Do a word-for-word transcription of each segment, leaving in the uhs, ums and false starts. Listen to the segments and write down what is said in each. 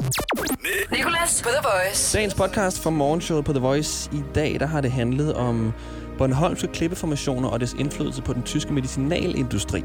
Nicolas på The Voice. Dagens podcast fra morgenshowet på The Voice. I dag der har det handlet om bornholmske klippeformationer og dets indflydelse på den tyske medicinalindustri.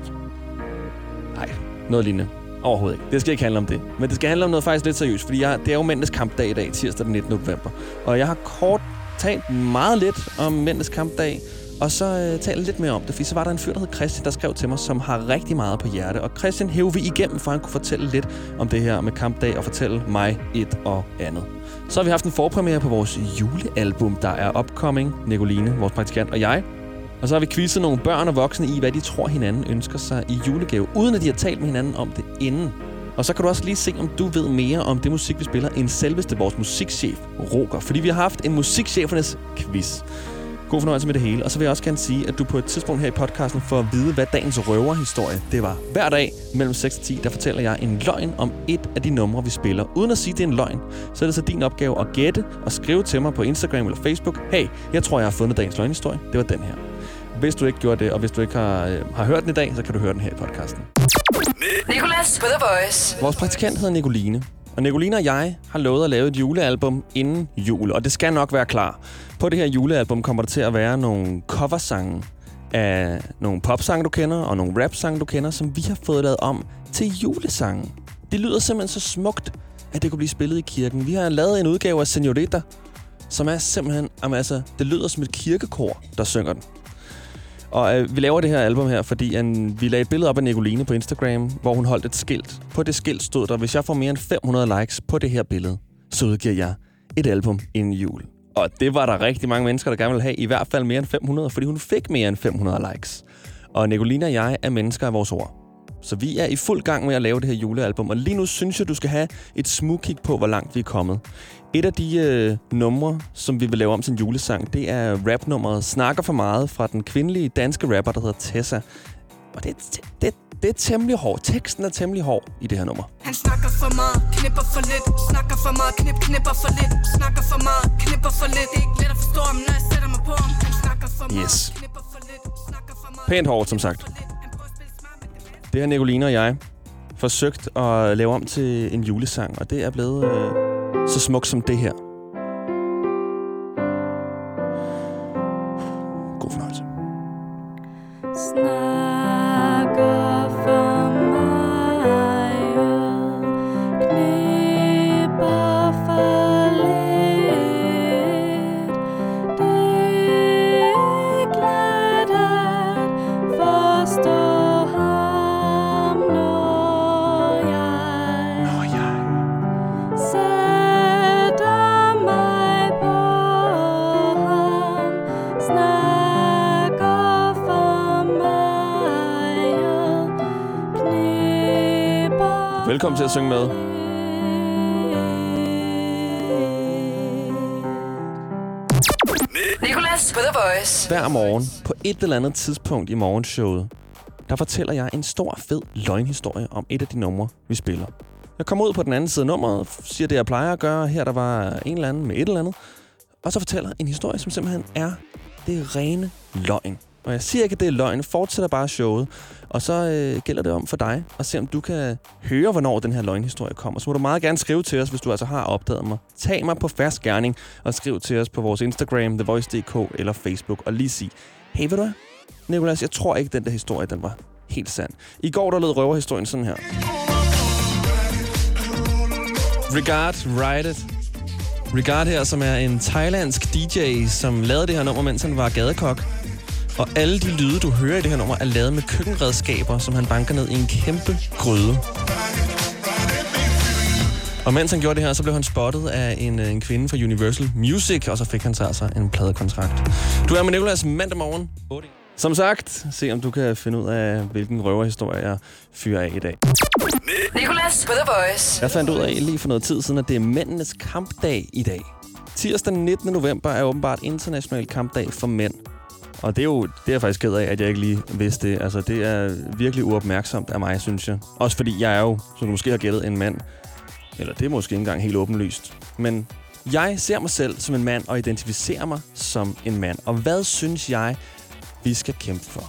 Nej, noget lignende. Overhovedet ikke. Det skal ikke handle om det. Men det skal handle om noget faktisk lidt seriøst, fordi jeg, det er jo mændenes kampdag i dag, tirsdag den nittende november. Og jeg har kort talt meget lidt om mændenes kampdag, og så øh, talt lidt mere om det, fordi så var der en fyr, der hed Christian, der skrev til mig, som har rigtig meget på hjerte. Og Christian hævde vi igennem, for han kunne fortælle lidt om det her med kampdag og fortælle mig et og andet. Så har vi haft en forpremiere på vores julealbum, der er upcoming. Nicoline, vores praktikant, og jeg. Og så har vi quizzet nogle børn og voksne i, hvad de tror hinanden ønsker sig i julegave, uden at de har talt med hinanden om det inden. Og så kan du også lige se, om du ved mere om det musik, vi spiller, end selveste vores musikchef, Roger. Fordi vi har haft en musikchefernes quiz. God fornøjelse med det hele. Og så vil jeg også gerne sige, at du på et tidspunkt her i podcasten får at vide, hvad dagens røverhistorie det var. Hver dag mellem seks og ti, der fortæller jeg en løgn om et af de numre, vi spiller. Uden at sige, at det er en løgn, så er det så din opgave at gætte og skrive til mig på Instagram eller Facebook. Hey, jeg tror, jeg har fundet dagens løgnhistorie. Det var den her. Hvis du ikke gjorde det, og hvis du ikke har, øh, har hørt den i dag, så kan du høre den her i podcasten. Nicolas på The Voice. Vores praktikant hedder Nicoline. Og Nicoline og jeg har lovet at lave et julealbum inden jul, og det skal nok være klar. På det her julealbum kommer der til at være nogle coversange af nogle popsange, du kender, og nogle rapsange, du kender, som vi har fået lavet om til julesange. Det lyder simpelthen så smukt, at det kunne blive spillet i kirken. Vi har lavet en udgave af Señorita, som er simpelthen, altså, det lyder som et kirkekor, der synger den. Og øh, vi laver det her album her, fordi en, vi lagde et billede op af Nicoline på Instagram, hvor hun holdt et skilt. På det skilt stod der, hvis jeg får mere end fem hundrede likes på det her billede, så udgiver jeg et album inden jul. Og det var der rigtig mange mennesker, der gerne ville have, i hvert fald mere end fem hundrede, fordi hun fik mere end fem hundrede likes. Og Nicoline og jeg er mennesker af vores ord. Så vi er i fuld gang med at lave det her julealbum, og lige nu synes jeg, du skal have et smugkig på, hvor langt vi er kommet. Et af de øh, numre, som vi vil lave om til en julesang, det er rapnummeret Snakker for meget fra den kvindelige danske rapper, der hedder Tessa. Og det, det, det er temmelig hård. Teksten er temmelig hård i det her nummer. Han snakker for meget, knipper for lidt. Snakker for meget, knip, knipper for lidt. Snakker for meget, knipper for lidt. Det er ikke let at forstå ham, når jeg sætter mig på ham. Han snakker for meget, yes. knipper for lidt. Snakker for meget, pænt hårdt, som sagt. Det har Nicoline og jeg forsøgt at lave om til en julesang, og det er blevet øh, så smukt som det her. God fornøjelse. Snakker for meget, knipper for lidt. Det er ikke let at forstå. Velkommen til at synge med. Nicolas på The Voice. Hver morgen på et eller andet tidspunkt i morgenshowet, der fortæller jeg en stor, fed løgnhistorie om et af de numre, vi spiller. Jeg kommer ud på den anden side af nummeret, siger det, jeg plejer at gøre. Her der var en eller anden med et eller andet. Og så fortæller en historie, som simpelthen er det rene løgn. Og jeg siger ikke, at det er løgn. Fortsætter bare showet. Og så øh, gælder det om for dig at se, om du kan høre, hvornår den her løgnhistorie kommer. Så må du meget gerne skrive til os, hvis du altså har opdaget mig. Tag mig på fersk gerning og skriv til os på vores Instagram, The Voice punktum d k eller Facebook. Og lige sig, hey, ved du hvad, Nicolas, jeg tror ikke, den der historie, den var helt sand. I går, der lød røverhistorien sådan her. Regard, Ride It. Regard her, som er en thailandsk D J, som lavede det her nummer, mens han var gadekok. Og alle de lyde, du hører i det her nummer, er lavet med køkkenredskaber, som han banker ned i en kæmpe gryde. Og mens han gjorde det her, så blev han spottet af en, en kvinde fra Universal Music, og så fik han sig altså en pladekontrakt. Du er med Nicolas mandag morgen. Som sagt, se om du kan finde ud af, hvilken røverhistorie jeg fyrer af i dag. Nicolas på The Voice. Jeg fandt ud af lige for noget tid siden, at det er mændenes kampdag i dag. Tirsdag den nittende november er åbenbart international kampdag for mænd. Og det er jo det er jeg faktisk ked af, at jeg ikke lige vidste det. Altså, det er virkelig uopmærksomt af mig, synes jeg. Også fordi jeg er jo, som du måske har gættet, en mand. Eller det er måske ikke engang helt åbenlyst. Men jeg ser mig selv som en mand og identificerer mig som en mand. Og hvad synes jeg, vi skal kæmpe for?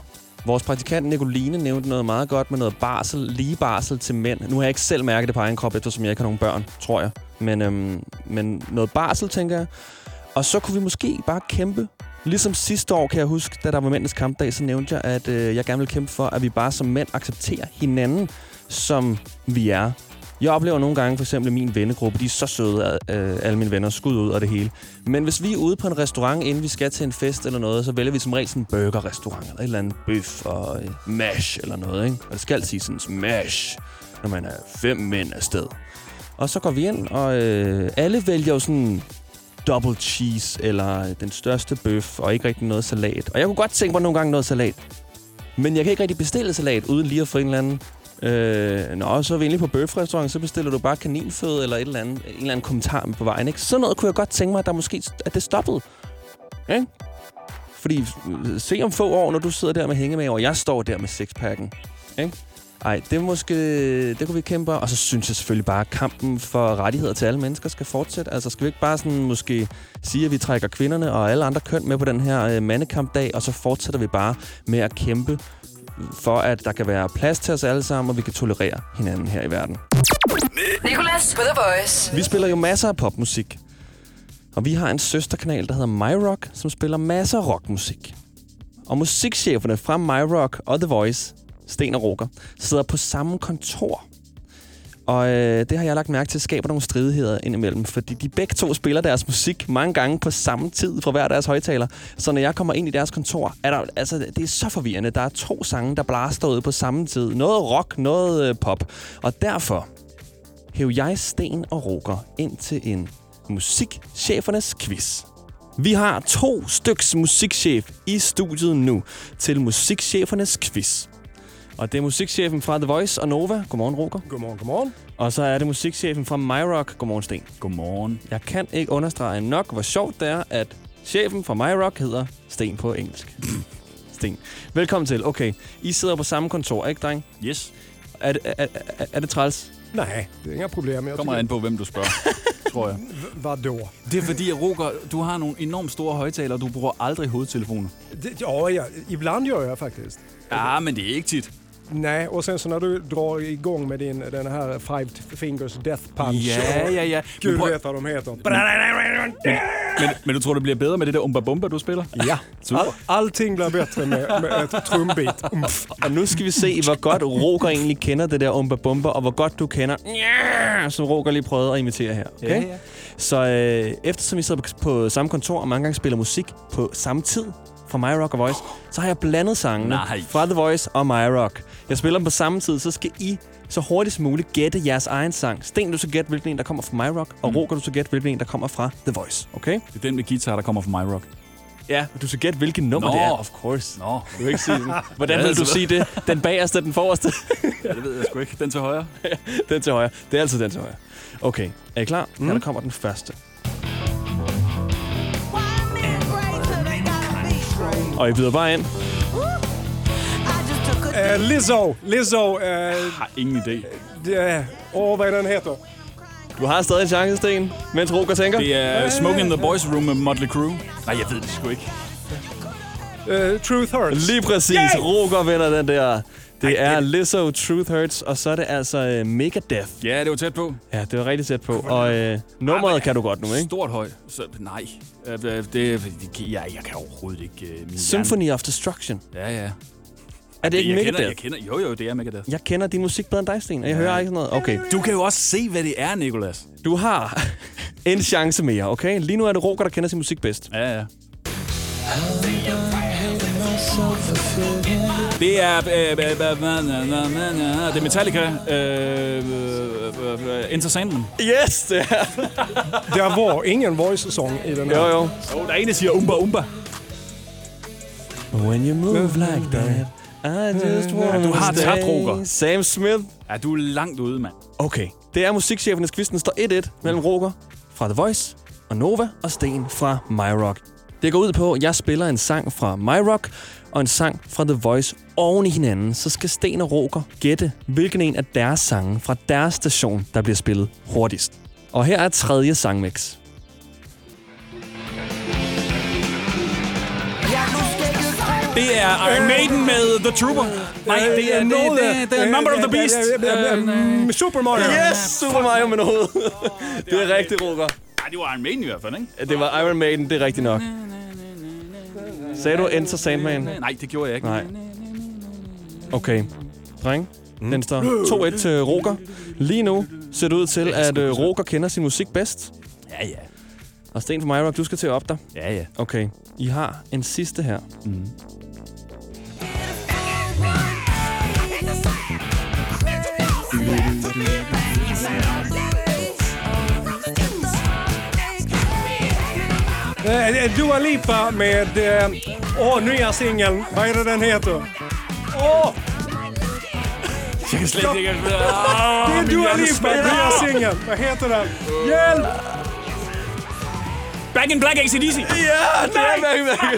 Vores praktikant Nicoline nævnte noget meget godt med noget barsel, lige barsel til mænd. Nu har jeg ikke selv mærket det på egen krop, eftersom jeg ikke har nogen børn, tror jeg. Men, øhm, men noget barsel, tænker jeg. Og så kunne vi måske bare kæmpe. Ligesom sidste år, kan jeg huske, da der var mændenes kampdag, så nævnte jeg, at øh, jeg gerne vil kæmpe for, at vi bare som mænd accepterer hinanden, som vi er. Jeg oplever nogle gange, for eksempel min vennegruppe, de er så søde, at øh, alle mine venner skud ud og det hele. Men hvis vi er ude på en restaurant, inden vi skal til en fest eller noget, så vælger vi som regel sådan en burgerrestaurant, eller et eller andet bøf og øh, mash eller noget, ikke? Og det skal sige sådan smash, når man er fem mænd afsted. Og så går vi ind, og øh, alle vælger jo sådan double cheese, eller den største bøf, og ikke rigtig noget salat. Og jeg kunne godt tænke mig nogle gange noget salat. Men jeg kan ikke rigtig bestille salat, uden lige at få en eller anden... Øh, nå, så er vi egentlig på bøfrestaurant, så bestiller du bare kaninføde, eller et eller andet, en eller anden kommentar med på vejen, ikke? Sådan noget kunne jeg godt tænke mig, at der måske... At det stoppede. Ikke? Fordi, se om få år, når du sidder der med hængemaver, og jeg står der med sixpacken. Ikke? Ej, det er måske... Det kunne vi kæmpe. Og så synes jeg selvfølgelig bare, at kampen for rettigheder til alle mennesker skal fortsætte. Altså, skal vi ikke bare sådan måske sige, at vi trækker kvinderne og alle andre køn med på den her øh, mandekampdag, og så fortsætter vi bare med at kæmpe for, at der kan være plads til os alle sammen, og vi kan tolerere hinanden her i verden. Nicolas på The Voice. Vi spiller jo masser af popmusik. Og vi har en søsterkanal, der hedder MyRock, som spiller masser af rockmusik. Og musikcheferne fra MyRock og The Voice, Sten og Roker, sidder på samme kontor. Og øh, det har jeg lagt mærke til, skaber nogle stridigheder indimellem, fordi de begge to spiller deres musik mange gange på samme tid fra hver deres højtaler. Så når jeg kommer ind i deres kontor, er der, altså, det er så forvirrende. Der er to sange, der blaster ud på samme tid. Noget rock, noget øh, pop. Og derfor hæv jeg Sten og Roker ind til en musikchefernes quiz. Vi har to styks musikchef i studiet nu til musikchefernes quiz. Og det er musikchefen fra The Voice og Nova. Godmorgen, Roker. Godmorgen, godmorgen. Og så er det musikchefen fra MyRock. Godmorgen, Sten. Godmorgen. Jeg kan ikke understrege nok, hvor sjovt det er, at chefen fra MyRock hedder Sten på engelsk. Sten. Velkommen til. Okay, I sidder på samme kontor, ikke, dreng? Yes. Er det, er, er, er det træls? Nej, det er ingen problem. Jeg Kommer an på, hvem du spørger, tror jeg. Hvad då? Det er fordi, at Roger, du har nogle enormt store højtalere, og du bruger aldrig hovedtelefoner. Det, ja, ja, ibland gör jag faktiskt. Ja, men det er ikke tit. Nej, och sen så när du drar igång med din, den här Five Fingers Death Punch. Ja, ja, ja. Gud prøv... vet vad de heter. Men, men, men du tror, det bliver bedre med det der umba bumba, du spiller? Ja, All, allting blir bättre med, med ett trumbit. Umf. Og nu skal vi se, hvor godt Roger egentlig kender det der umba bumba, og hvor godt du kender, yeah, som Roger lige prøvede at imitere her. Okay? Ja, ja. Så øh, eftersom vi sidder på, på samme kontor og mange gange spiller musik på samme tid fra MyRock og Voice, så har jeg blandet sangene Nej. fra The Voice og MyRock. Jeg spiller dem på samme tid, så skal I så hurtigt som muligt gætte jeres egen sang. Sten, du så gætte, hvilken en, der kommer fra MyRock, og Mm. Roger, du så gætte, hvilken en, der kommer fra The Voice. Okay? Det er den med guitar, der kommer fra MyRock. Ja, du så gætte, hvilket nummer Nå. det er. Of course. Nå, Du kan ikke sige den. Hvordan Ja, vil du altså. sige det? Den bagerste, den forreste? ja, det ved jeg sgu ikke. Den til højre. Den til højre. Det er altid den til højre. Okay, er I klar? Mm. Her der kommer den første. Og I byder bare ind. Uh, Lizzo, Lizzo. Uh, Har ingen idé. det, åh, hvad den heter. Du har stadig en chance, Sten, mens Roger tænker. Det er Smoke in the Boys Room med Motley Crue. Nej, jeg ved det sgu ikke. Uh, Truth Hurts. Lige præcis. Yay! Roger vinder den der. Det Ej, er det- Lizzo, Truth Hurts, og så er det altså uh, Megadeth. Ja, det var tæt på. Ja, det var rigtig tæt på. Og uh, nummeret kan du godt nu, ikke? Stort højt. Så, nej. Øh, Det, det, ja, jeg kan overhovedet ikke... Uh, min Symphony of Destruction. Hjerne. Ja, ja. Er det ikke jeg Megadeth? kender, jeg kender, jo, jo, det er Megadeth. Jeg kender din musik bedre end dig, Sten, og jeg Ja. hører ikke sådan noget. Okay, Du kan jo også se, hvad det er, Nicolas. du har en chance mere, okay? Lige nu er det Roger, der kender sin musik bedst. Ja, ja. Det er... Øh, øh, det er Metallica. Øh, øh, øh, Entertainment. Yes, det er. Der var ingen voice-sång i den här. Jo, jo. Oh, der er en, der siger umba umba. When you move like that, I just want du har to tabt, stay. Roger. Sam Smith. Ja, du er langt ude, mand. Okay, det er musikchefernes quiz. Den står et et mellem Roger fra The Voice og Nova og Sten fra MyRock. Det går ud på, at jeg spiller en sang fra MyRock og en sang fra The Voice oven i hinanden. Så skal Sten og Roger gætte, hvilken en af deres sange fra deres station, der bliver spillet hurtigst. Og her er tredje sangmix. Ja, nu skal du tro, Det er Iron Maiden med The Trooper. Nej, det er, det, det, det er Number of the Beast. Super Mario. Yes, Super Mario med noget. Det er rigtigt, Roger. Nej, det var Iron Maiden i hvert fald, ikke? Det var Iron Maiden, det er rigtigt nok. Sagde du Enter Sandman? Nej, det gjorde jeg ikke. Nej. Okay. Dreng, mm. den står to et til Roger. Lige nu ser det ud til, at uh, Roger kender sin musik bedst. Ja, ja. Og Sten fra MyRock, du skal til at op dig. Ja, ja. Okay. I har en sidste her. Mm. Uh, Dua Lipa med åh, uh, nya singeln. Vad är det den heter? Åh! Oh! Jag kan slet ikke... Det är Dua Lipa, nya singeln. Vad heter den? Hjälp! Back in Black A C D C. Ja, det er Back in Black.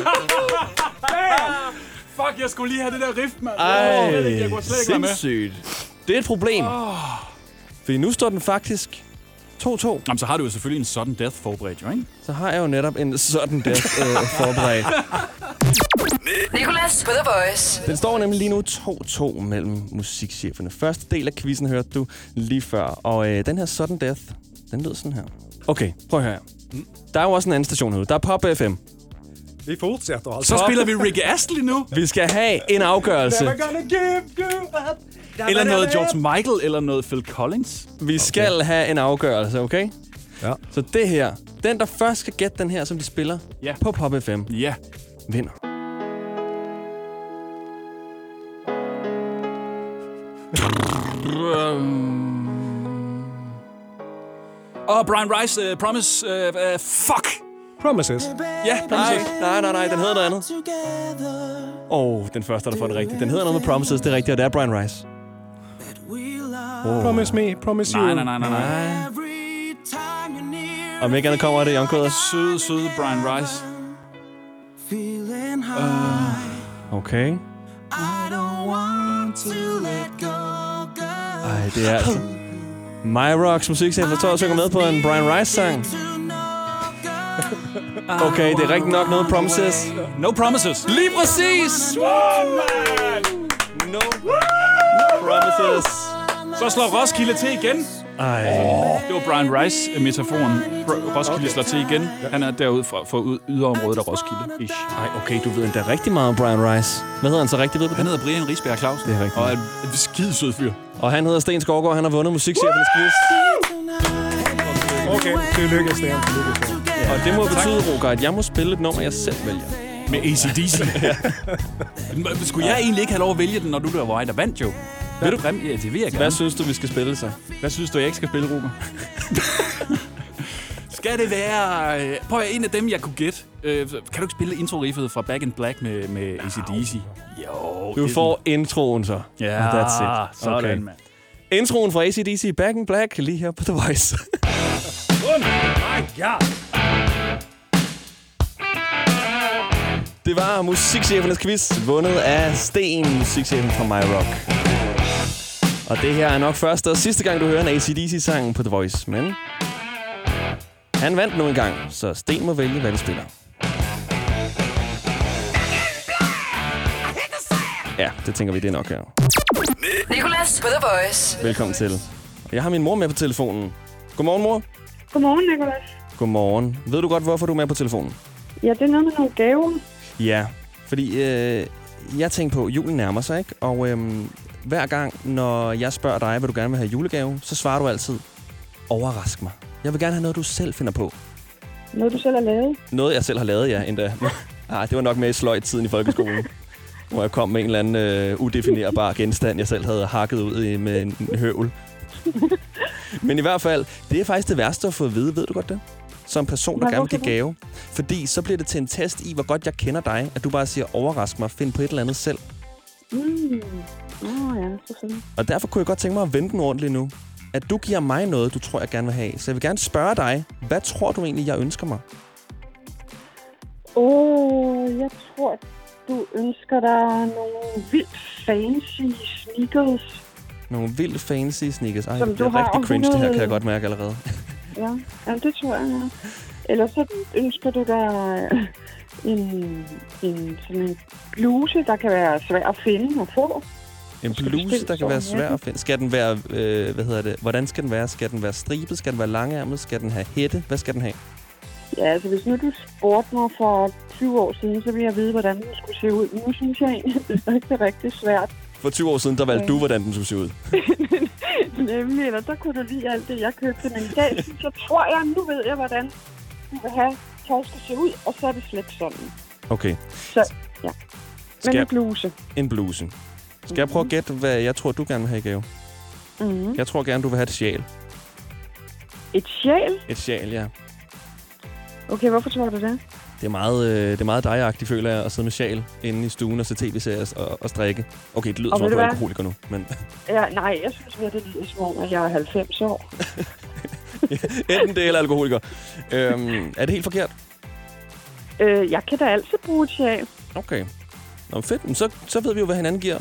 Fuck, jeg skulle lige have det der riff, mand. Ej, sindssygt. Det er et problem. Oh. Fordi nu står den faktisk to to. Jamen, så har du jo selvfølgelig en sudden death forberedt, jo, ikke? Så har jeg jo netop en sudden death øh, forberedt. Nicolas på The Voice. Den står nemlig lige nu to to mellem musikcheferne. Første del af quizzen hørte du lige før. Og øh, den her sudden death, den lyder sådan her. Okay, prøv at høre. Mm. Der er jo også en anden station herude. Der er Pop F M. Vi fortsætter altså. Så spiller vi Rick Astley nu. Vi skal have en afgørelse. Eller noget George Michael, eller noget Phil Collins. Vi skal okay. have en afgørelse, okay? Ja. Så det her, den der først skal gætte den her, som de spiller ja. på Pop F M, ja. vinder. Og oh, Brian Rice, uh, Promise, uh, uh, fuck! Promises? Ja, Promises. Nej, nej, nej, den hedder noget andet. Åh, oh, den første, der får det rigtigt. Den hedder noget med Promises, det er rigtigt, og det er Brian Rice. Oh. Promise me, promise you. Nej, nej, nej, nej, nej. Om ikke andet kommer det, Young Søde, søde Brian Rice. Uh. Okay. Ej, det er altså... MyRocks musikchef, der står og synger med på en Brian Rice-sang. Okay, det er rigtig nok noget Promises. No Promises. Lige præcis! Wow, man! No, no Promises. Så slår Roskilde til igen. Ej. Det var Brian Rice-metaforen. Roskilde slår til igen. Han er derude fra, fra yderområdet af Roskilde. Ish. Ej, okay, du ved endda rigtig meget om Brian Rice. Hvad hedder han så rigtig, ved du? Han hedder Brian Risberg Clausen. Det er rigtigt. Og er en skidesød fyr. Og han hedder Sten Skovgaard, han har vundet musikchefernes quiz. Okay, det lykkes, Sten. Og det må betyde, Roger, at jeg må spille et nummer, jeg selv vælger. Med A C D C. Skulle jeg egentlig ikke have lov at vælge den, når du der var der vandt jo? Vil du? Ja, det vil jeg gerne. Hvad synes du, vi skal spille så? Hvad synes du, jeg ikke skal spille, Roger? Skal det være... Prøv at en af dem, jeg kunne gætte. Kan du ikke spille intro-riffet fra Back in Black med, med A C D C? Jo. Du får introen så. Ja, yeah, that's it. Sådan, okay. Mand. Introen fra A C D C Back in Black lige her på The Voice. Oh my god! Det var musikchefernes quiz, vundet af Sten, musikchefen fra MyRock. Og det her er nok første og sidste gang, du hører en A C D C-sang på The Voice, men han vandt nu en gang, så Sten må vælge, hvad vi spiller. Ja, det tænker vi, det er nok her. Nicolas på The Voice. Velkommen til. Jeg har min mor med på telefonen. Godmorgen, mor. Godmorgen, Nicolas. Godmorgen. Ved du godt, hvorfor du er med på telefonen? Ja, det er noget med nogle gaver. Ja, fordi øh, jeg tænker på, at julen nærmer sig, ikke? Og øh, hver gang, når jeg spørger dig, hvad du gerne vil have julegave, så svarer du altid, overrask mig. Jeg vil gerne have noget, du selv finder på. Noget, du selv har lavet? Noget, jeg selv har lavet, ja, endda. Nej, det var nok med i sløjt-tiden i folkeskolen, hvor jeg kom med en eller anden øh, udefinerbar genstand, jeg selv havde hakket ud i, med en, en høvl. Men i hvert fald, det er faktisk det værste at få at vide, ved du godt det? Som person, der gerne vil give gave. Fordi så bliver det til en test i, hvor godt jeg kender dig, at du bare siger, overrask mig, find på et eller andet selv. Mm. Oh, ja, selvfølgelig. Og derfor kunne jeg godt tænke mig at vente den ordentligt nu. At du giver mig noget, du tror, jeg gerne vil have. Så jeg vil gerne spørge dig, hvad tror du egentlig, jeg ønsker mig? Åh, oh, jeg tror, du ønsker dig nogle vildt fancy sneakers. Nogle vildt fancy sneakers. Ej, som det er rigtig cringe, det her, kan jeg godt mærke allerede. Ja, ja, det tror jeg, ja. Eller så ønsker du dig En, en, sådan en bluse, der kan være svær at finde og få. En bluse, der kan være svær at finde. Skal den være, øh, hvad hedder det, hvordan skal den være? Skal den være stribet? Skal den være langærmet? Skal den have hætte? Hvad skal den have? Ja, altså hvis nu du spurgte mig for tyve år siden, så ville jeg vide, hvordan den skulle se ud. Nu synes jeg egentlig, det er rigtig, rigtig svært. For tyve år siden, der valgte ja. du, hvordan den skulle se ud. Nemlig, eller så kunne du lide alt det, jeg købte. Men i dag, så tror jeg, nu ved jeg, hvordan du vil have tøj skal se ud, og så er det slet sådan. Okay. Så, ja. Men en bluse. En bluse. Skal jeg prøve at gætte, hvad jeg tror, du gerne vil have i gave? Mm-hmm. Jeg tror gerne, du vil have et sjal. Et sjal? Et sjal, ja. Okay, hvorfor tror du det? Det er meget, øh, det er meget dig-agtigt, føler jeg, at sidde med sjal inde i stuen og se tv-serier og, og strikke. Okay, det lyder og som, at du er alkoholiker nu, men... Ja, nej, jeg synes mere, det lyder som om, at jeg er halvfems år. Enten det eller alkoholiker. Øhm, er det helt forkert? Øh, jeg kan da altid bruge et sjal. Okay. Nå, fedt. Så, så ved vi jo, hvad hinanden giver.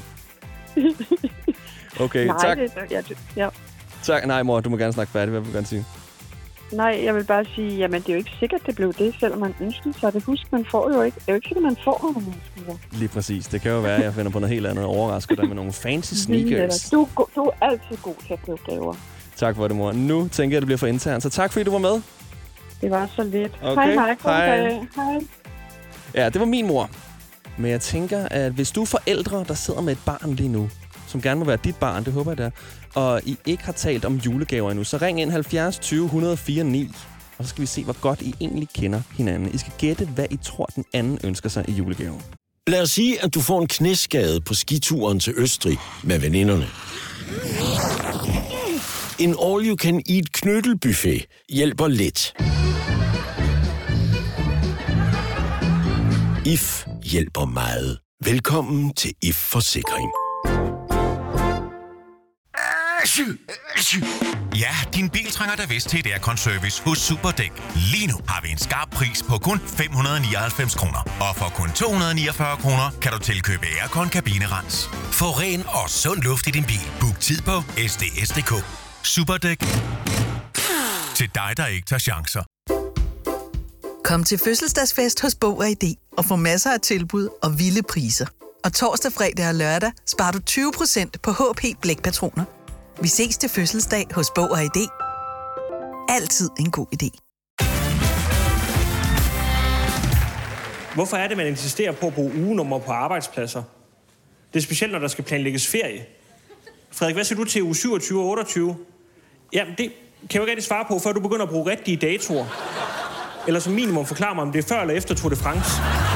Okay, nej, tak. Det, ja, det, ja. Tak. Nej, mor, du må gerne snakke færdigt. Hvad vil du gerne sige? Nej, jeg vil bare sige, jamen det er jo ikke sikkert, det blev det, selvom man ønsker sig det. Husk, man får jo ikke. Det er jo ikke sikkert, man får noget, man ønsker. Lige præcis. Det kan jo være, at jeg finder på noget helt andet og overrasker dig med nogle fancy sneakers. Du, du er altid god til at købe gaver. Tak for det, mor. Nu tænker jeg, at det bliver for internt. Så tak, fordi du var med. Det var så lidt. Okay. Hej, hej. Hej. Hej. Ja, det var min mor. Men jeg tænker, at hvis du er forældre, der sidder med et barn lige nu, som gerne må være dit barn, det håber jeg, det er, og I ikke har talt om julegaver endnu, så ring ind halvfjerds tyve et nul fire ni, og så skal vi se, hvor godt I egentlig kender hinanden. I skal gætte, hvad I tror, den anden ønsker sig i julegave. Lad os sige, at du får en knæskade på skituren til Østrig med veninderne. En all-you-can-eat knyttelbuffet hjælper lidt. If hjælper meget. Velkommen til If Forsikring. Ja, din bil trænger da vist til et aircon-service hos Superdæk. Lige nu har vi en skarp pris på kun fem hundrede nioghalvfems kroner. Og for kun to hundrede niogfyrre kroner kan du tilkøbe aircon-kabinerens. Få ren og sund luft i din bil. Book tid på S D S punktum D K. Superdæk. Til dig, der ikke tager chancer. Kom til fødselsdagsfest hos Bog og I D og få masser af tilbud og vilde priser. Og torsdag, fredag og lørdag sparer du tyve procent på H P blækpatroner. Vi ses til fødselsdag hos Bog og I D. Altid en god idé. Hvorfor er det, man insisterer på at bruge ugenummer på arbejdspladser? Det er specielt, når der skal planlægges ferie. Frederik, hvad siger du til uge syvogtyve og otteogtyve? Jamen, det kan jeg jo ikke rigtig svare på, før du begynder at bruge rigtige datoer. Eller som minimum forklare mig, om det er før eller efter Tour de France.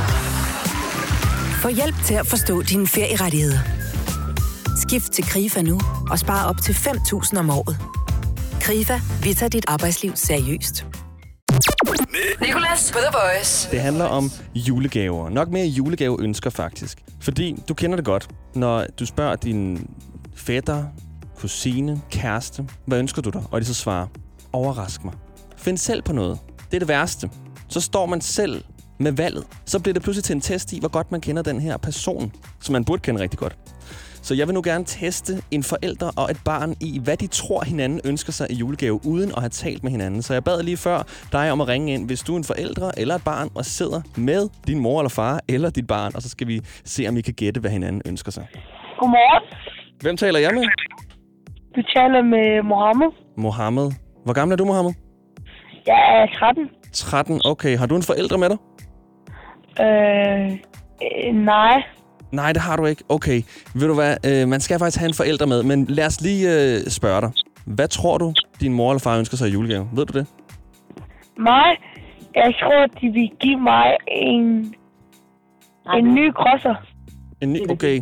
Få hjælp til at forstå dine ferierettigheder. Skift til Krifa nu og spar op til fem tusind om året. Krifa, vi tager dit arbejdsliv seriøst. Nicolas på The Voice. Det handler om julegaver. Nok mere julegaveønsker, faktisk. Fordi du kender det godt, når du spørger din fætter, kusine, kæreste, hvad ønsker du dig? Og de så svarer, overrask mig. Find selv på noget. Det er det værste. Så står man selv med valget. Så bliver det pludselig til en test i, hvor godt man kender den her person, som man burde kende rigtig godt. Så jeg vil nu gerne teste en forælder og et barn i, hvad de tror, hinanden ønsker sig i julegave, uden at have talt med hinanden. Så jeg bad lige før dig om at ringe ind, hvis du er en forælder eller et barn, og sidder med din mor eller far eller dit barn, og så skal vi se, om I kan gætte, hvad hinanden ønsker sig. Godmorgen. Hvem taler jeg med? Du taler med Mohammed. Mohammed. Hvor gammel er du, Mohammed? Jeg er tretten. tretten, okay. Har du en forælder med dig? Øh, øh nej. Nej, det har du ikke. Okay. Ved du hvad, øh, man skal faktisk have en forælder med, men lad os lige øh, spørge dig. Hvad tror du, din mor eller far ønsker sig i julegave? Ved du det? Mig? Jeg tror, de vil give mig en, en ny crosser. En ny? Okay.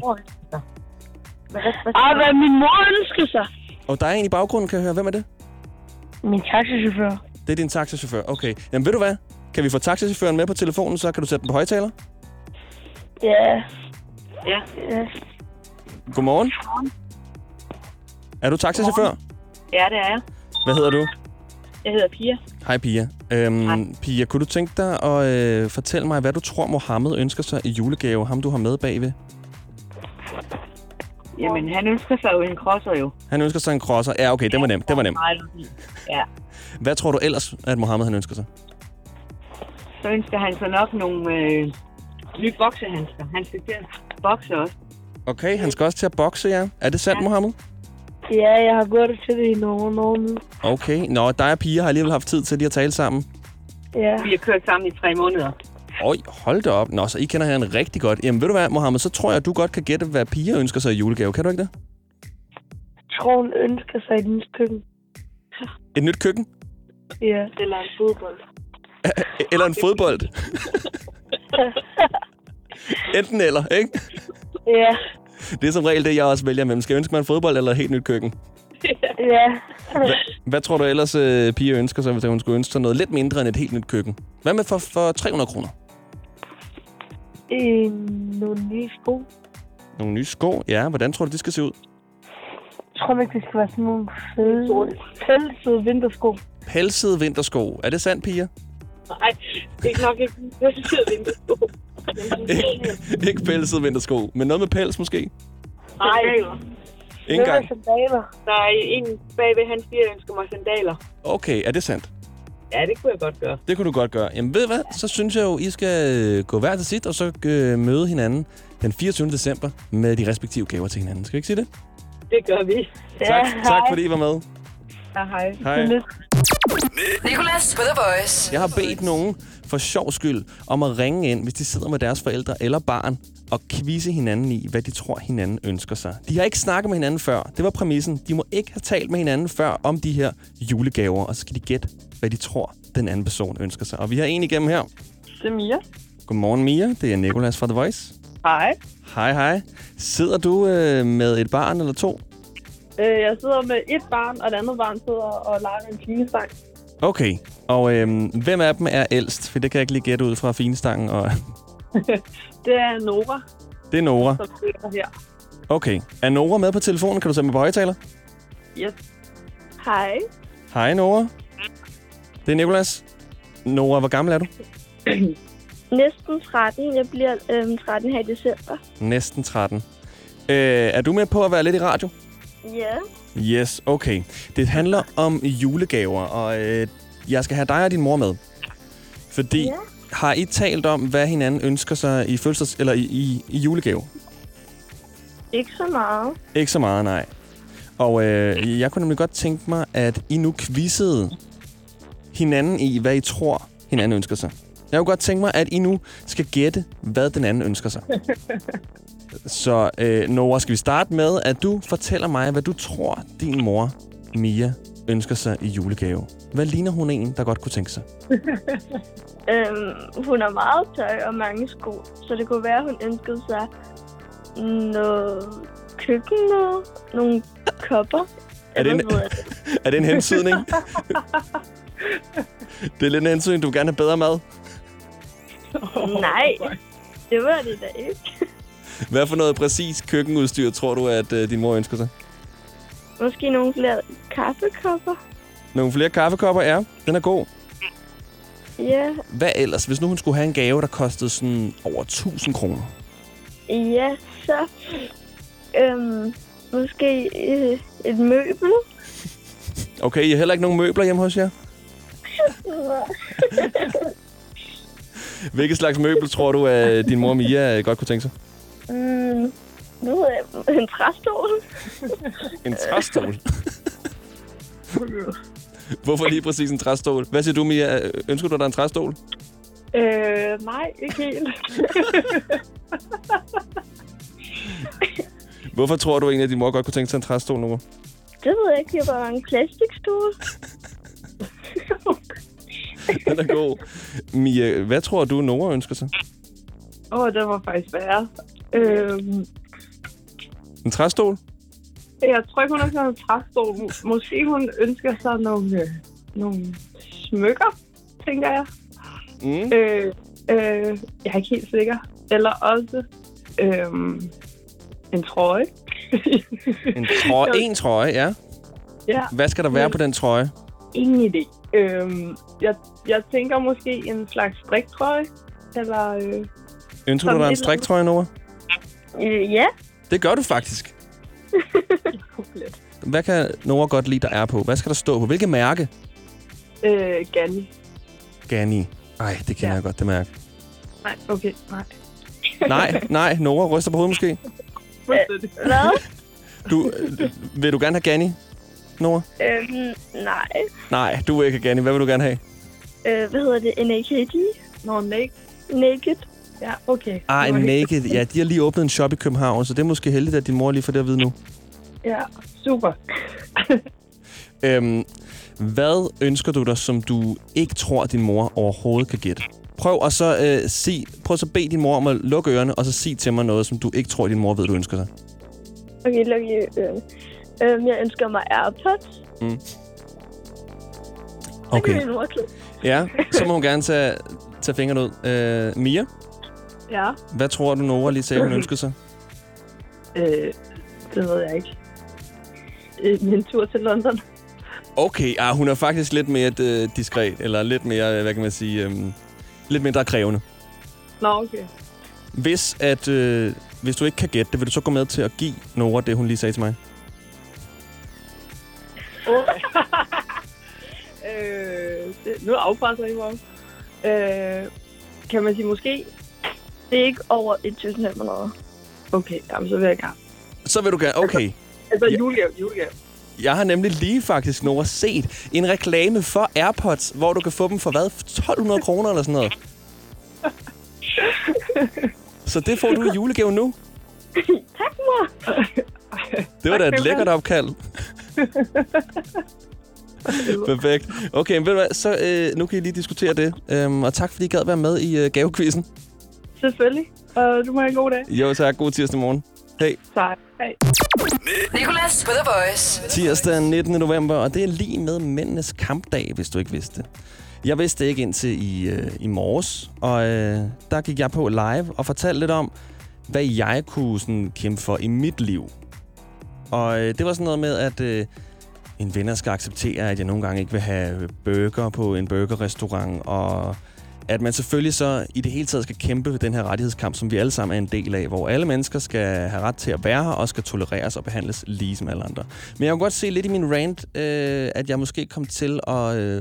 Ah, hvad min mor ønsker sig. Og der er en i baggrunden, kan jeg høre. Hvem er det? Min taxichauffør. Det er din taxichauffør. Okay. Jamen ved du hvad? Kan vi få taxichaufføren med på telefonen, så kan du sætte den på højtaler? Ja. Ja. ja. Godmorgen. Er du taxichauffør? Ja, det er jeg. Hvad hedder du? Jeg hedder Pia. Hej Pia. Øhm, Hej. Pia, kunne du tænke dig at øh, fortælle mig, hvad du tror, Mohammed ønsker sig i julegave? Ham, du har med bagved. Jamen, han ønsker sig jo en crosser jo. Han ønsker sig en crosser. Ja, okay, det var nemt. Det var nemt. Ja. Hvad tror du ellers, at Mohammed han ønsker sig? så ønsker han sig nok nogle øh, nye boksehandsker. Han skal til at bokse også. Okay, han skal også til at bokse, ja. Er det sandt, ja. Mohammed? Ja, jeg har gået til det i nogle år nu. Okay. Nå, dig og Pia har alligevel haft tid til lige at tale sammen. Ja. Vi har kørt sammen i tre måneder. Oj, hold da op. Nå, så I kender hinanden rigtig godt. Jamen, ved du hvad, Mohammed, så tror jeg, at du godt kan gætte, hvad Pia ønsker sig i julegave. Kan du ikke det? Jeg tror, hun ønsker sig et nyt køkken. Et nyt køkken? Ja. Eller en fodbold. Eller en fodbold? Enten eller, ikke? Ja. Det er som regel det, jeg også vælger mellem. Skal jeg ønske mig en fodbold eller et helt nyt køkken? Ja. Hvad, hvad tror du ellers, uh, Pia ønsker sig, hvis hun skulle ønske sig noget lidt mindre end et helt nyt køkken? Hvad med for, for tre hundrede kroner? En, nogle nye sko. Nogle nye sko? Ja, hvordan tror du, de skal se ud? Jeg tror ikke, det skal være sådan nogle fede, pelsede vintersko. Pelsede vintersko. Er det sandt, Pia? Nej, det er nok ikke pelsede vintersko. ikke, ikke pelsede vintersko, men noget med pels måske? Nej. Ingen gang. Sandaler. Der er en bagved, han siger, ønsker mig sandaler. Okay, er det sandt? Ja, det kunne jeg godt gøre. Det kunne du godt gøre. Jamen ved du hvad, så synes jeg jo, I skal gå hver til sit, og så øh, møde hinanden den fireogtyvende december med de respektive gaver til hinanden. Skal vi ikke sige det? Det gør vi. Tak, ja, tak fordi I var med. Ja, hej. Hej. Nicolas på The Voice. Jeg har bedt nogen for sjov skyld om at ringe ind, hvis de sidder med deres forældre eller barn, og quizze hinanden i, hvad de tror, hinanden ønsker sig. De har ikke snakket med hinanden før. Det var præmissen. De må ikke have talt med hinanden før om de her julegaver, og så skal de gætte, hvad de tror, den anden person ønsker sig. Og vi har en igennem her. Det er Mia. Godmorgen, Mia. Det er Nicolas fra The Voice. Hej. Hej, hej. Sidder du øh, med et barn eller to? Øh, jeg sidder med et barn, og det andet barn sidder og leger en finestang. Okay. Og øh, hvem af dem er ældst? For det kan jeg ikke lige gætte ud fra finestangen. Og Det er Nora, det er Nora. som sidder her. Okay. Er Nora med på telefonen? Kan du sætte mig på højtaler? Yes. Hej. Hej, Nora. Det er Nicolas. Nora, hvor gammel er du? Næsten tretten. Jeg bliver øhm, tretten her i december. Næsten tretten. Øh, er du med på at være lidt i radio? Ja. Yes, okay. Det handler om julegaver, og øh, jeg skal have dig og din mor med. Fordi, ja. Har I talt om, hvad hinanden ønsker sig i fødsels- eller i, i, i julegave? Ikke så meget. Ikke så meget, nej. Og øh, jeg kunne nemlig godt tænke mig, at I nu quizzede hinanden i, hvad I tror, hinanden ønsker sig. Jeg kunne godt tænke mig, at I nu skal gætte, hvad den anden ønsker sig. Så øh, Nora, skal vi starte med, at du fortæller mig, hvad du tror, din mor, Mia, ønsker sig i julegave. Hvad ligner hun en, der godt kunne tænke sig? øhm, hun har meget tøj og mange sko, så det kunne være, hun ønskede sig noget køkken og nogle kopper. Er det en, er det en hensydning? Det er lidt en hensydning, du vil gerne have bedre mad? Nej, det var det da ikke. Hvad for noget præcis køkkenudstyr tror du, at øh, din mor ønsker sig? Måske nogle flere kaffekopper. Nogle flere kaffekopper, ja. Den er god. Ja. Hvad ellers, hvis nu hun skulle have en gave, der kostede sådan over tusind kroner? Ja, så øhm, måske øh, et møbel. Okay, I har heller ikke nogen møbler hjemme hos jer? Hvilket slags møbel tror du, at din mor Mia godt kunne tænke sig? Mm, nu ved jeg, en træstol. En træstol? Hvorfor lige præcis en træstol? Hvad siger du, Mia? Ønsker du dig en træstol? Øh, nej, ikke helt. Hvorfor tror du egentlig, at din mor godt kunne tænke sig en træstol, Nora? Det ved jeg ikke. Det var en plastikstol. Den er god. Mia, hvad tror du, Nora ønsker sig? Åh, oh, det var faktisk værre. Øhm, en træstol? Jeg tror ikke, hun ønsker en træstol. Måske hun ønsker sig nogle, øh, nogle smykker, tænker jeg. Mm. Øh, øh, jeg er ikke helt sikker. Eller også øh, en trøje. En trøje? En trøje, ja. Ja. Hvad skal der være Men, på den trøje? Ingen idé. Øh, jeg, jeg tænker måske en slags striktrøje. Eller... Øh, Ønsker du dig en striktrøje, Nora? Øh, ja. Det gør du faktisk. Hvad kan Nora godt lide, der er på? Hvad skal der stå på? Hvilket mærke? Øh, Ganni. Ganni. Ej, det kender ja. jeg godt, det mærke. Nej, okay, nej. nej, nej. Nora ryster på hovedet måske. Hvad? Du, vil du gerne have Ganni, Nora? Øhm, nej. Nej, du vil ikke have Ganni. Hvad vil du gerne have? Øh, hvad hedder det? N A K D? Nå, naked. Naked. Ja, okay. Ah, en Naked. Ja, de har lige åbnet en shop i København, så det er måske heldigt, at din mor lige får det at vide nu. Ja, super. øhm, hvad ønsker du dig, som du ikke tror, at din mor overhovedet kan gætte? Prøv at så øh, sig, prøv så bede din mor om at lukke ørerne, og så sig til mig noget, som du ikke tror, din mor ved, du ønsker sig. Okay, luk i ørerne. Øhm, jeg ønsker mig AirPods. Mm. Okay. Ja, så må hun gerne tage, tage fingrene ud. Øh, Mia? Ja? Hvad tror du, Nora lige sagde, hun ønskede sig? Øh, det ved jeg ikke. Øh, en tur til London. Okay, ah, hun er faktisk lidt mere uh, diskret, eller lidt mere, hvad kan man sige, um, lidt mindre krævende. Nå, okay. Hvis, at, øh, hvis du ikke kan gætte det, vil du så gå med til at give Nora det, hun lige sagde til mig? Okay. øh, det, nu afpresser I mig. Øh, kan man sige måske? Det er ikke over tusind fem hundrede. Okay, jamen, så vil jeg gerne. Så vil du gerne, okay. Altså, altså ja. julegave, julegave. Jeg har nemlig lige faktisk, Nora, set en reklame for AirPods, hvor du kan få dem for hvad? tolv hundrede kroner eller sådan noget. Så det får du i julegave nu. Tak, mor. Det var da et lækkert opkald. Perfekt. Okay, men ved du hvad, så øh, nu kan I lige diskutere det. Øhm, og tak, fordi I gad være med i øh, gavekvizzen. Selvfølgelig. Og du må have en god dag. Jo, tak. God tirsdag morgen. Hej. Tak. Hej. Nicolas på The Voice. Tirsdag nittende november, og det er lige med mændenes kampdag, hvis du ikke vidste det. Jeg vidste ikke indtil i, øh, i morges, og øh, der gik jeg på live og fortalte lidt om, hvad jeg kunne sådan, kæmpe for i mit liv. Og øh, det var sådan noget med, at øh, en venner skal acceptere, at jeg nogle gange ikke vil have burger på en burgerrestaurant, og at man selvfølgelig så i det hele taget skal kæmpe den her rettighedskamp, som vi alle sammen er en del af, hvor alle mennesker skal have ret til at være her, og skal tolereres og behandles lige som alle andre. Men jeg kunne godt se lidt i min rant, øh, at jeg måske kom til at, øh,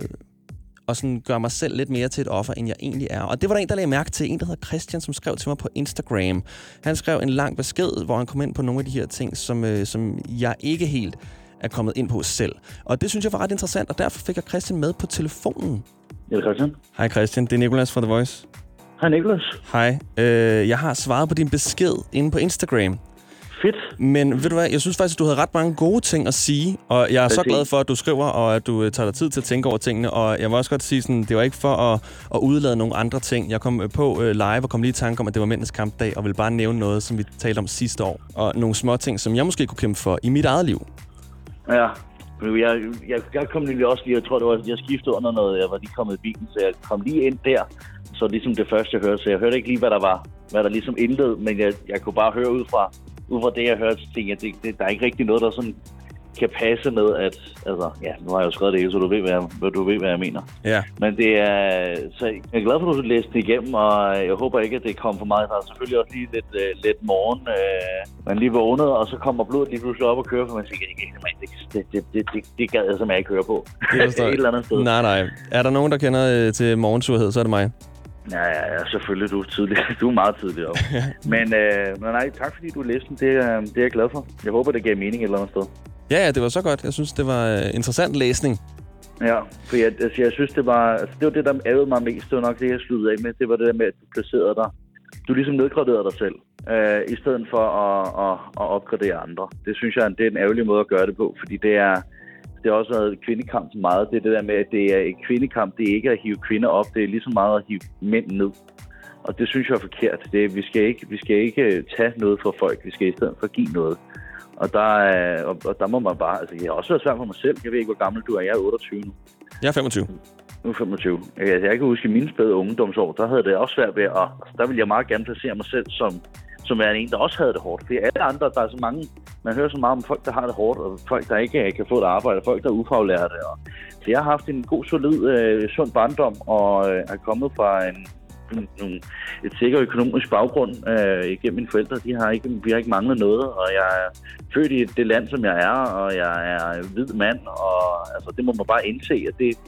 at sådan gøre mig selv lidt mere til et offer, end jeg egentlig er. Og det var der en, der lagde mærke til. En, der hedder Christian, som skrev til mig på Instagram. Han skrev en lang besked, hvor han kom ind på nogle af de her ting, som, øh, som jeg ikke helt er kommet ind på selv. Og det synes jeg var ret interessant, og derfor fik jeg Christian med på telefonen. Det er Christian. Hej Christian, det er Nicolas fra The Voice. Hej Nicolas. Hej. Øh, jeg har svaret på din besked inde på Instagram. Fedt. Men ved du hvad, jeg synes faktisk, at du havde ret mange gode ting at sige, og jeg er så glad for, at du skriver, og at du tager dig tid til at tænke over tingene, og jeg vil også godt sige sådan, det var ikke for at, at udlade nogle andre ting. Jeg kom på uh, live og kom lige i tanke om, at det var mændenes kampdag, og ville bare nævne noget, som vi talte om sidste år, og nogle små ting, som jeg måske kunne kæmpe for i mit eget liv. Ja, jeg, jeg, jeg kom lige også lige, jeg tror det var, jeg skiftede under noget, jeg var lige kommet i bilen, så jeg kom lige ind der, så ligesom det første jeg hørte, så jeg hørte ikke lige, hvad der var, hvad der ligesom indled, men jeg, jeg kunne bare høre ud fra, ud fra det, jeg hørte, så tænkte jeg, det, det, der er ikke rigtig noget, der sådan kan passe med, at, altså, ja, nu har jeg jo skrevet det hele, så du ved, hvad jeg, du ved, hvad jeg mener. Ja. Men det er, så jeg er glad for, at du læste det igennem, og jeg håber ikke, at det kommer for meget. Der er selvfølgelig også lige lidt, uh, lidt morgen, uh, man lige vågnede, og så kommer blodet lige pludselig op og kører, for man siger, det, det, det, det, det, det gad jeg simpelthen ikke høre på. Det er et eller andet sted. Nej, nej. Er der nogen, der kender uh, til morgensurhed, så er det mig. Ja, ja, ja, selvfølgelig. Du er tidlig. Du er meget tidlig op. men, øh, men nej, tak fordi du læste den. Det, øh, det er jeg glad for. Jeg håber, det gav mening et eller andet sted. Ja, ja, det var så godt. Jeg synes, det var uh, interessant læsning. Ja, for jeg, altså, jeg synes, det var, altså, det var det, der ærede mig mest. Det var nok det, jeg sluttede af med. Det var det der med, at du placerede dig. Du ligesom nedgraderede dig selv, øh, i stedet for at, at, at opgradere andre. Det synes jeg, det er en ærgerlig måde at gøre det på, fordi det er... Det har også været kvindekamp meget. Det er det der med, at det er et kvindekamp. Det er ikke at hive kvinder op. Det er lige så meget at hive mænd ned. Og det synes jeg er forkert. Det, vi, skal ikke, vi skal ikke tage noget fra folk. Vi skal i stedet for give noget. Og der, og, og der må man bare... Altså, jeg har også været svært for mig selv. Jeg ved ikke, hvor gammel du er. Jeg er otteogtyve nu. Jeg er femogtyve. Nu er femogtyve. Jeg, jeg kan huske, i mine spæde ungdomsår, der havde det også svært ved at... Altså, der ville jeg meget gerne placere mig selv som... som er en, der også havde det hårdt. For alle andre, der er så mange, man hører så meget om folk, der har det hårdt, og folk, der ikke kan få et arbejde, folk, der er ufaglærte. Og så jeg har haft en god, solid, øh, sund barndom, og øh, er kommet fra en, en, en, et sikker økonomisk baggrund øh, igennem mine forældre. De har ikke, vi har ikke manglet noget, og jeg er født i det land, som jeg er, og jeg er hvid mand, og altså, det må man bare indse, at det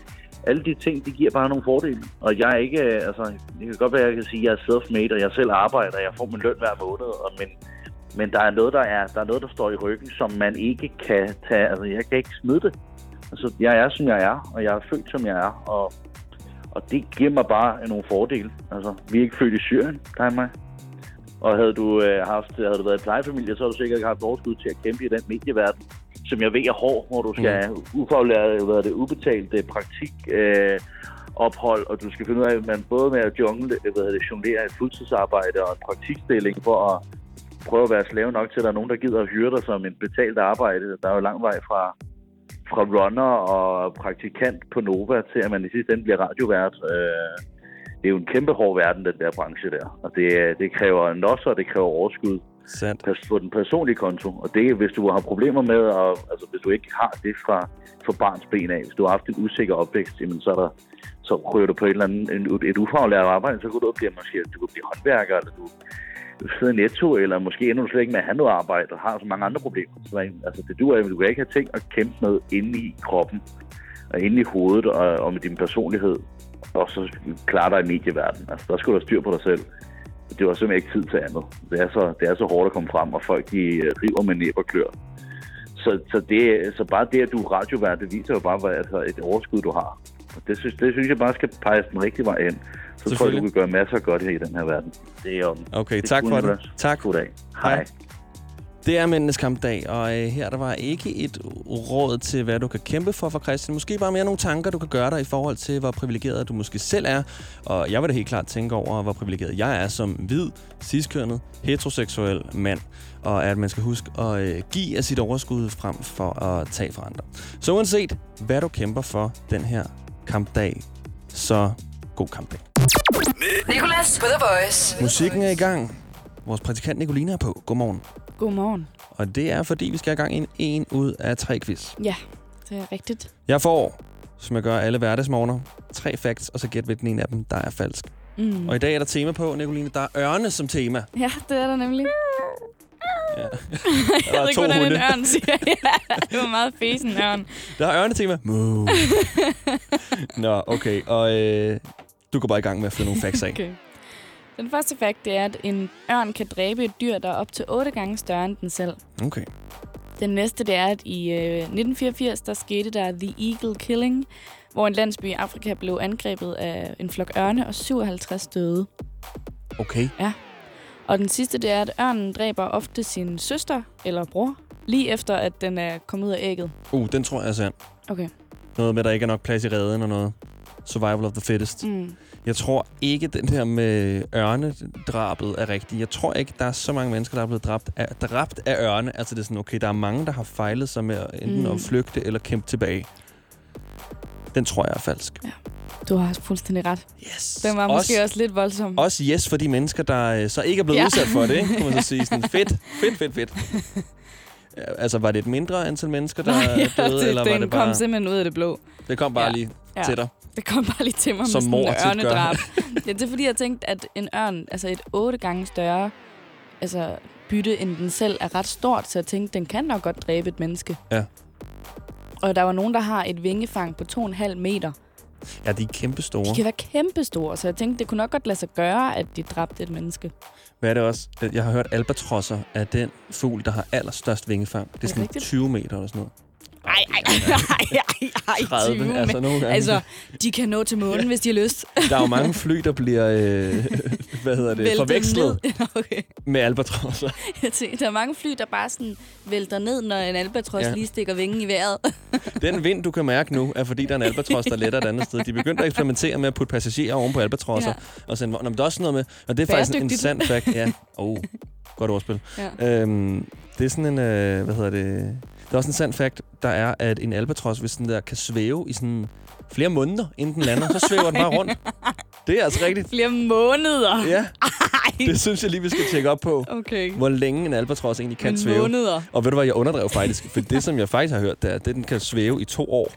alle de ting, de giver bare nogle fordele. Og jeg er ikke, altså, det kan godt være, at jeg kan sige, at jeg er self-made, og jeg selv arbejder, og jeg får min løn hver måned, og, men, men der er noget, der er, der er noget, der står i ryggen, som man ikke kan tage, altså jeg kan ikke smide det. Altså, jeg er, som jeg er, og jeg er født, som jeg er, og, og det giver mig bare nogle fordele. Altså, vi er ikke født i Syrien, dig og mig. Og havde du, øh, haft, havde du været i plejefamilie, så har du sikkert haft overskud til at kæmpe i den medieverden, som jeg ved er hård, hvor du skal have mm. ufaglæret, hvad det, ubetalt praktik, øh, ophold, og du skal finde ud af, at man både med at jungle, hvad det, jonglere et fuldtidsarbejde og en praktikstilling for at prøve at være slave nok til, at der er nogen, der gider at hyre dig som en betalt arbejde. Der er jo lang vej fra, fra runner og praktikant på Nova til, at man i sidste ende bliver radiovært. Øh, det er jo en kæmpe hård verden, den der branche der. Og det, det kræver nosser, og det kræver overskud. Sandt. På den personlige konto. Og det, hvis du har problemer med, at, altså hvis du ikke har det fra, fra barns ben af, hvis du har haft en usikker opvækst, jamen, så, er der, så ryger du på et eller andet, en, et ufaglært arbejde, så kan du blive, måske, du kan blive håndværker, eller du, du sidder i Netto, eller måske endnu slet ikke med at have noget arbejde, og har så mange andre problemer. Så, altså, det du, er, du kan ikke have ting at kæmpe med inde i kroppen, og inde i hovedet, og, og med din personlighed, og så klare dig i medieverdenen. Altså, der skal du have styr på dig selv. Det var simpelthen ikke tid til andet. Det er så, det er så hårdt at komme frem, og folk de river med næb og klør. Så, så, det, så bare det, at du er radiovært, det viser jo bare, hvad altså, et overskud, du har. Og det synes, det synes jeg bare skal peges den rigtige vej ind. Så tror jeg, du kan gøre masser af godt her i den her verden. Det er um, okay, det tak for det. Tak. God dag. Hej. Det er Mændenes Kampdag, og øh, her der var ikke et råd til, hvad du kan kæmpe for for Christian. Måske bare mere nogle tanker, du kan gøre dig i forhold til, hvor privilegeret du måske selv er. Og jeg vil da helt klart tænke over, hvor privilegeret jeg er som hvid, ciskønnet, heteroseksuel mand. Og at man skal huske at øh, give af sit overskud frem for at tage fra andre. Så uanset hvad du kæmper for den her kampdag, så god kampdag. Nicolas på The Voice. Musikken er i gang. Vores praktikant Nicoline er på. Godmorgen. Godmorgen. Og det er, fordi vi skal have gang i en en ud af tre quiz. Ja, det er rigtigt. Jeg får, som jeg gør alle hverdagsmorgener, tre facts, og så gæt hvilken en af dem, der er falsk. Mm. Og i dag er der tema på, Nicoline. Der er ørne som tema. Ja, det er der nemlig. Ja. Jeg ved ikke, hvordan en ørn siger. Ja, det var meget fesen ørn. Der er ørnetema. Moo. Nå, okay. Og øh, du går bare i gang med at få nogle facts af. Okay. Den første fakt, det er, at en ørn kan dræbe et dyr, der er op til otte gange større end den selv. Okay. Den næste, det er, at i øh, nitten fireogfirs, der skete der The Eagle Killing, hvor en landsby i Afrika blev angrebet af en flok ørne, og syvoghalvtreds døde. Okay. Ja. Og den sidste, det er, at ørnen dræber ofte sin søster eller bror, lige efter, at den er kommet ud af ægget. Uh, den tror jeg er sand. Okay. Noget med, at der ikke er nok plads i reden og noget. Survival of the fittest. Mm. Jeg tror ikke, den der med ørnedrabet er rigtig. Jeg tror ikke, der er så mange mennesker, der er blevet dræbt af, dræbt af ørne. Altså det er sådan, okay, der er mange, der har fejlet sig med enten mm. at flygte eller kæmpe tilbage. Den tror jeg er falsk. Ja. Du har fuldstændig ret. Yes. Den var måske også, også lidt voldsom. Også yes for de mennesker, der så ikke er blevet ja. udsat for det, ikke? Kan man så sige sådan, fedt, fedt, fedt, fedt. Altså, var det et mindre antal mennesker, der Nej, ja, døde, det, eller var det bare... kom simpelthen ud af det blå. Det kom bare ja. lige ja. til dig. Det kom bare lige til mig som med mor sådan en ørnedrab. Ja, det er fordi, jeg tænkte, at en ørn, altså et otte gange større altså bytte end den selv, er ret stort, så jeg tænkte, den kan nok godt dræbe et menneske. Ja. Og der var nogen, der har et vingefang på to komma fem meter. Ja, de er kæmpestore. De kan være kæmpestore, så jeg tænkte, det kunne nok godt lade sig gøre, at de dræbte et menneske. Hvad er det også? Jeg har hørt, albatrosser er den fugl, der har allerstørst vingefang. Det er, det er sådan rigtigt? tyve meter eller sådan noget. Ej, ej, ej, ej, ej, tredive, tyve, altså, nogle gange. Altså, de kan nå til månen, hvis de har lyst. Der er jo mange fly, der bliver, øh, hvad hedder det, vælter forvekslet okay. med albatrosser. Jeg tænker, der er mange fly, der bare sådan vælter ned, når en albatros ja. lige stikker vingen i vejret. Den vind, du kan mærke nu, er fordi, der er en albatros, der letter et andet sted. De begyndte at eksperimentere med at putte passagerer oven på albatrosser. Ja. Og sende, når der er også noget med, og det er faktisk en sand fact. Ja, oh, godt ordspil. Ja. Øhm, det er sådan en, øh, hvad hedder det... Der er også en sand fact, der er, at en albatros, hvis den der kan svæve i sådan flere måneder, inden den lander, så svæver den bare rundt. Det er altså rigtigt. Flere måneder? Ja. Ej. Det synes jeg lige, vi skal tjekke op på. Okay. Hvor længe en albatros egentlig kan Men svæve. Måneder. Og ved du hvad, jeg underdrev faktisk. For det, som jeg faktisk har hørt, det er, at den kan svæve i to år.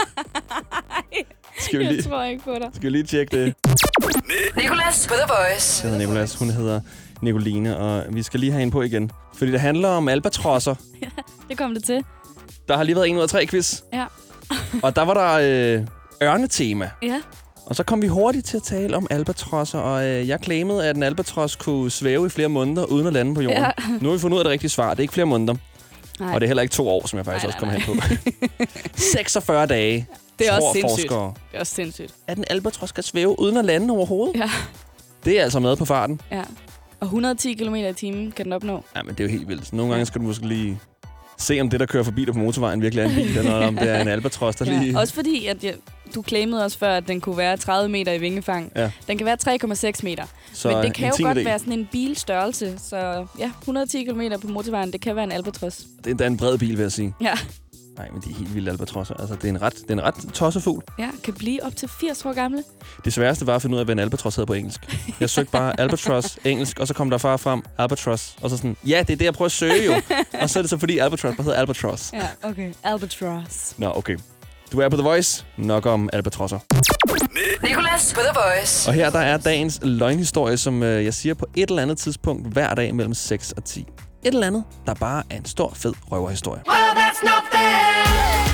Skal vi lige, jeg tror ikke på dig. Skal vi lige tjekke det? Nicolas på The Voice. Jeg hedder Nicolas, hun hedder Nicoline, og vi skal lige have hende på igen. Fordi det handler om albatrosser. Ja, det kom det til. Der har lige været en ud af tre quiz. Ja. Og der var der øh, ørnetema. Ja. Og så kom vi hurtigt til at tale om albatrosser, og øh, jeg claimede, at en albatros kunne svæve i flere måneder uden at lande på jorden. Ja. Nu har vi fundet ud af det rigtige svar. Det er ikke flere måneder. Nej. Og det er heller ikke to år, som jeg faktisk nej, også kom nej. hen på. seksogfyrre dage, det er tror også sindssygt. forskere. Det er også sindssygt. At en albatros skal svæve uden at lande overhovedet. Ja. Det er altså med på farten. Ja. Og hundrede og ti kilometer i timen kan den opnå. Ja, men det er jo helt vildt. Nogle gange skal du måske lige se, om det, der kører forbi dig på motorvejen, virkelig er en bil, eller om det er en albatros, der ja. lige... Også fordi, at jeg, du claimede også før, at den kunne være tredive meter i vingefang. Ja. Den kan være tre komma seks meter. Så men det kan jo godt være sådan en bilstørrelse. Så ja, hundrede og ti kilometer på motorvejen, det kan være en albatros. Det er en bred bil, vil jeg sige. Ja. Nej, men de er helt vilde albatrosser. Altså, det er en ret, det er en ret tossefugl. Ja, kan blive op til firs år gamle. Det sværeste var at finde ud af, hvad en albatros hedder på engelsk. Jeg søgte bare albatros engelsk, og så kom der far frem albatros. Og så sådan, ja, det er det, jeg prøver at søge jo. Og så er det så fordi albatros bare hedder albatros. Ja, okay. Albatros. Nå, okay. Du er på The Voice. Nok om albatrosser. Nicolas på The Voice. Og her der er dagens løgnhistorie, som øh, jeg siger på et eller andet tidspunkt hver dag mellem seks og ti. Et eller andet, der bare er en stor, fed røverhistorie. Well, that's not fair.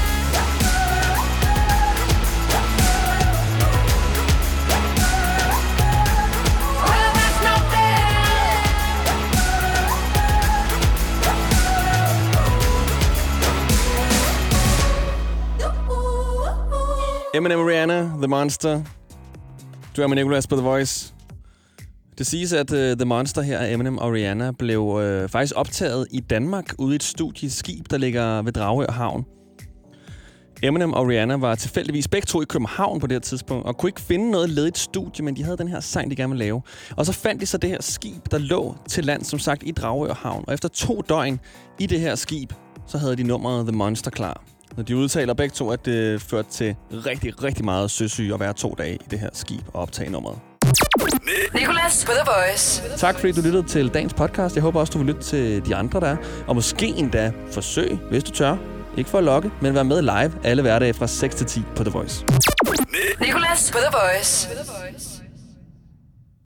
Well, that's not fair. Eminem og Rihanna, The Monster. Du er med Nicolas på The Voice. Det siges, at uh, The Monster her af Eminem og Rihanna blev uh, faktisk optaget i Danmark ude i et studieskib, der ligger ved Dragør Havn. Eminem og Rihanna var tilfældigvis begge to i København på det her tidspunkt, og kunne ikke finde noget ledigt studie, men de havde den her sang, de gerne ville lave. Og så fandt de så det her skib, der lå til land, som sagt, i Dragør Havn. Og efter to døgn i det her skib, så havde de nummeret The Monster klar. Og de udtaler begge to, at det førte til rigtig, rigtig meget søsyge at være to dage i det her skib og optage nummeret. Nicolas på The Voice. Tak fordi du lyttede til dagens podcast. Jeg håber også, du vil lytte til de andre der. Og måske endda forsøg, hvis du tør. Ikke for at lokke, men være med live alle hverdage fra seks til ti på The Voice. Nicolas på The Voice.